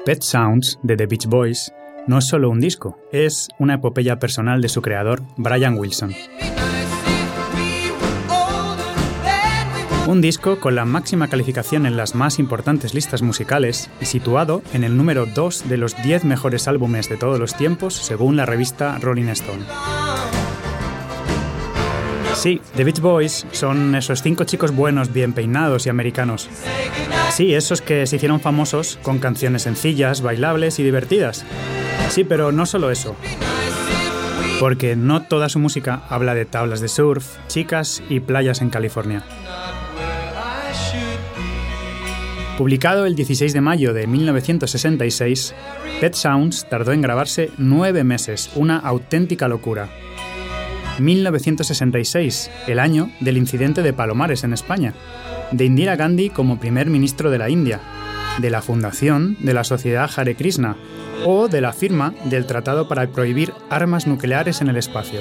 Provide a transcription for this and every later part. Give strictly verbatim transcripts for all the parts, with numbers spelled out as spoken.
Pet Sounds de The Beach Boys no es solo un disco, es una epopeya personal de su creador, Brian Wilson. Un disco con la máxima calificación en las más importantes listas musicales y situado en el número dos de los diez mejores álbumes de todos los tiempos según la revista Rolling Stone. Sí, The Beach Boys son esos cinco chicos buenos, bien peinados y americanos. Sí, esos que se hicieron famosos con canciones sencillas, bailables y divertidas. Sí, pero no solo eso. Porque no toda su música habla de tablas de surf, chicas y playas en California. Publicado el dieciséis de mayo de mil novecientos sesenta y seis, Pet Sounds tardó en grabarse nueve meses, una auténtica locura. mil novecientos sesenta y seis, el año del incidente de Palomares en España, de Indira Gandhi como primer ministro de la India, de la fundación de la Sociedad Hare Krishna o de la firma del Tratado para prohibir armas nucleares en el espacio.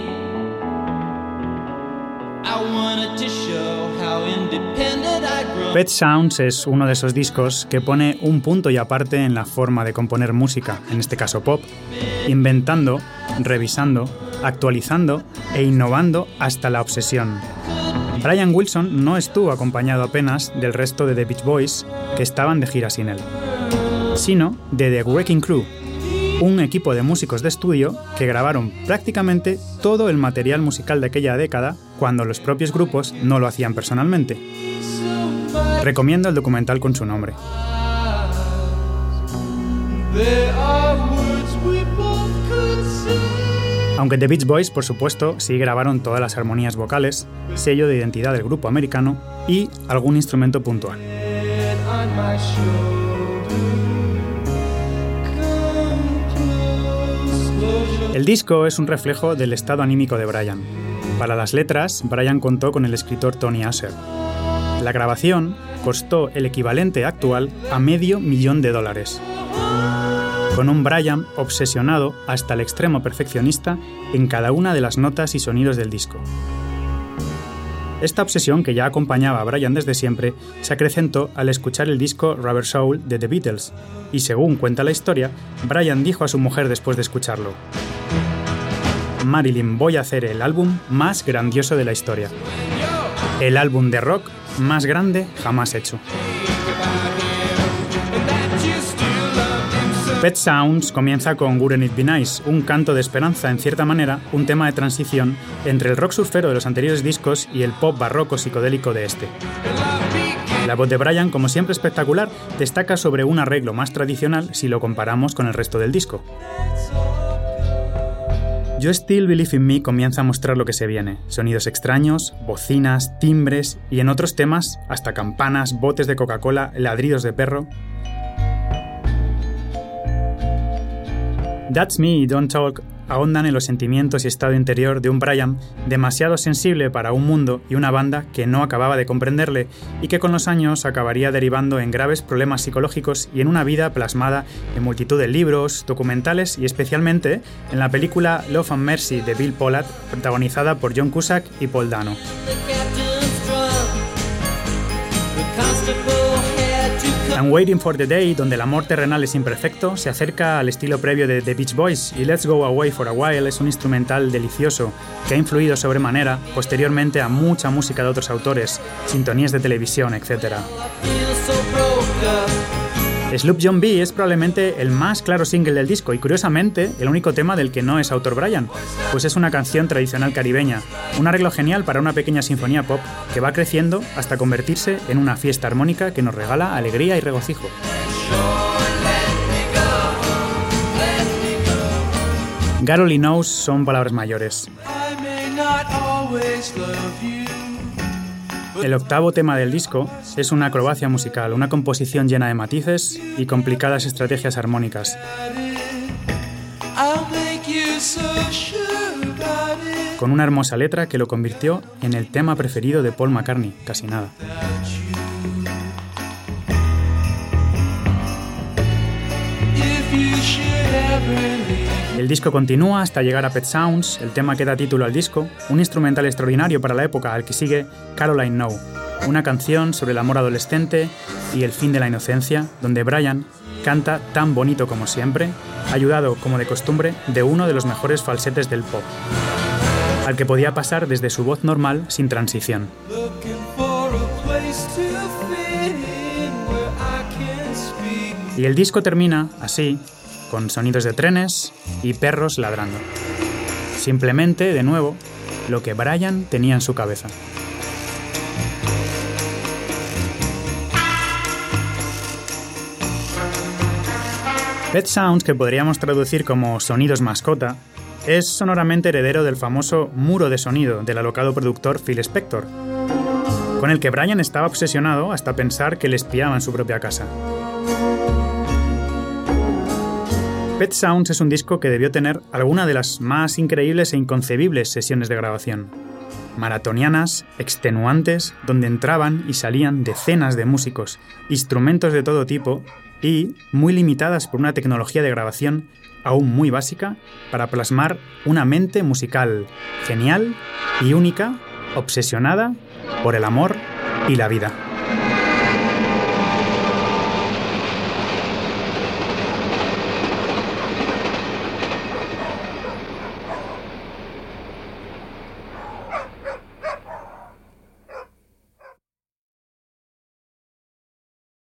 Pet Sounds es uno de esos discos que pone un punto y aparte en la forma de componer música, en este caso pop, inventando, revisando, actualizando e innovando hasta la obsesión. Brian Wilson no estuvo acompañado apenas del resto de The Beach Boys, que estaban de gira sin él, sino de The Wrecking Crew, un equipo de músicos de estudio que grabaron prácticamente todo el material musical de aquella década cuando los propios grupos no lo hacían personalmente. Recomiendo el documental con su nombre. Aunque The Beach Boys, por supuesto, sí grabaron todas las armonías vocales, sello de identidad del grupo americano y algún instrumento puntual. El disco es un reflejo del estado anímico de Brian. Para las letras, Brian contó con el escritor Tony Asher. La grabación costó el equivalente actual a medio millón de dólares. Con un Brian obsesionado hasta el extremo perfeccionista en cada una de las notas y sonidos del disco. Esta obsesión, que ya acompañaba a Brian desde siempre, se acrecentó al escuchar el disco Rubber Soul de The Beatles, y según cuenta la historia, Brian dijo a su mujer después de escucharlo: Marilyn, voy a hacer el álbum más grandioso de la historia. El álbum de rock más grande jamás hecho. Pet Sounds comienza con Wouldn't It Be Nice, un canto de esperanza, en cierta manera, un tema de transición entre el rock surfero de los anteriores discos y el pop barroco psicodélico de este. La voz de Brian, como siempre espectacular, destaca sobre un arreglo más tradicional si lo comparamos con el resto del disco. You Still Believe in Me comienza a mostrar lo que se viene: sonidos extraños, bocinas, timbres y en otros temas hasta campanas, botes de Coca-Cola, ladridos de perro. That's Me y Don't Talk ahondan en los sentimientos y estado interior de un Brian demasiado sensible para un mundo y una banda que no acababa de comprenderle y que con los años acabaría derivando en graves problemas psicológicos y en una vida plasmada en multitud de libros, documentales y especialmente en la película Love and Mercy de Bill Pollard, protagonizada por John Cusack y Paul Dano. I'm Waiting for the Day, donde el amor terrenal es imperfecto, se acerca al estilo previo de The Beach Boys, y Let's Go Away for a While es un instrumental delicioso que ha influido sobremanera posteriormente a mucha música de otros autores, sintonías de televisión, etcétera. Sloop John B es probablemente el más claro single del disco y, curiosamente, el único tema del que no es autor Brian, pues es una canción tradicional caribeña, un arreglo genial para una pequeña sinfonía pop que va creciendo hasta convertirse en una fiesta armónica que nos regala alegría y regocijo. God Only Knows son palabras mayores. El octavo tema del disco es una acrobacia musical, una composición llena de matices y complicadas estrategias armónicas. Con una hermosa letra que lo convirtió en el tema preferido de Paul McCartney, casi nada. El disco continúa hasta llegar a Pet Sounds, el tema que da título al disco, un instrumental extraordinario para la época al que sigue Caroline No, una canción sobre el amor adolescente y el fin de la inocencia, donde Brian canta tan bonito como siempre, ayudado, como de costumbre, de uno de los mejores falsetes del pop, al que podía pasar desde su voz normal sin transición. Y el disco termina, así, con sonidos de trenes y perros ladrando. Simplemente, de nuevo, lo que Brian tenía en su cabeza. Pet Sounds, que podríamos traducir como sonidos mascota, es sonoramente heredero del famoso muro de sonido del alocado productor Phil Spector, con el que Brian estaba obsesionado hasta pensar que le espiaba en su propia casa. Pet Sounds es un disco que debió tener alguna de las más increíbles e inconcebibles sesiones de grabación. Maratonianas, extenuantes, donde entraban y salían decenas de músicos, instrumentos de todo tipo y muy limitadas por una tecnología de grabación aún muy básica para plasmar una mente musical genial y única, obsesionada por el amor y la vida.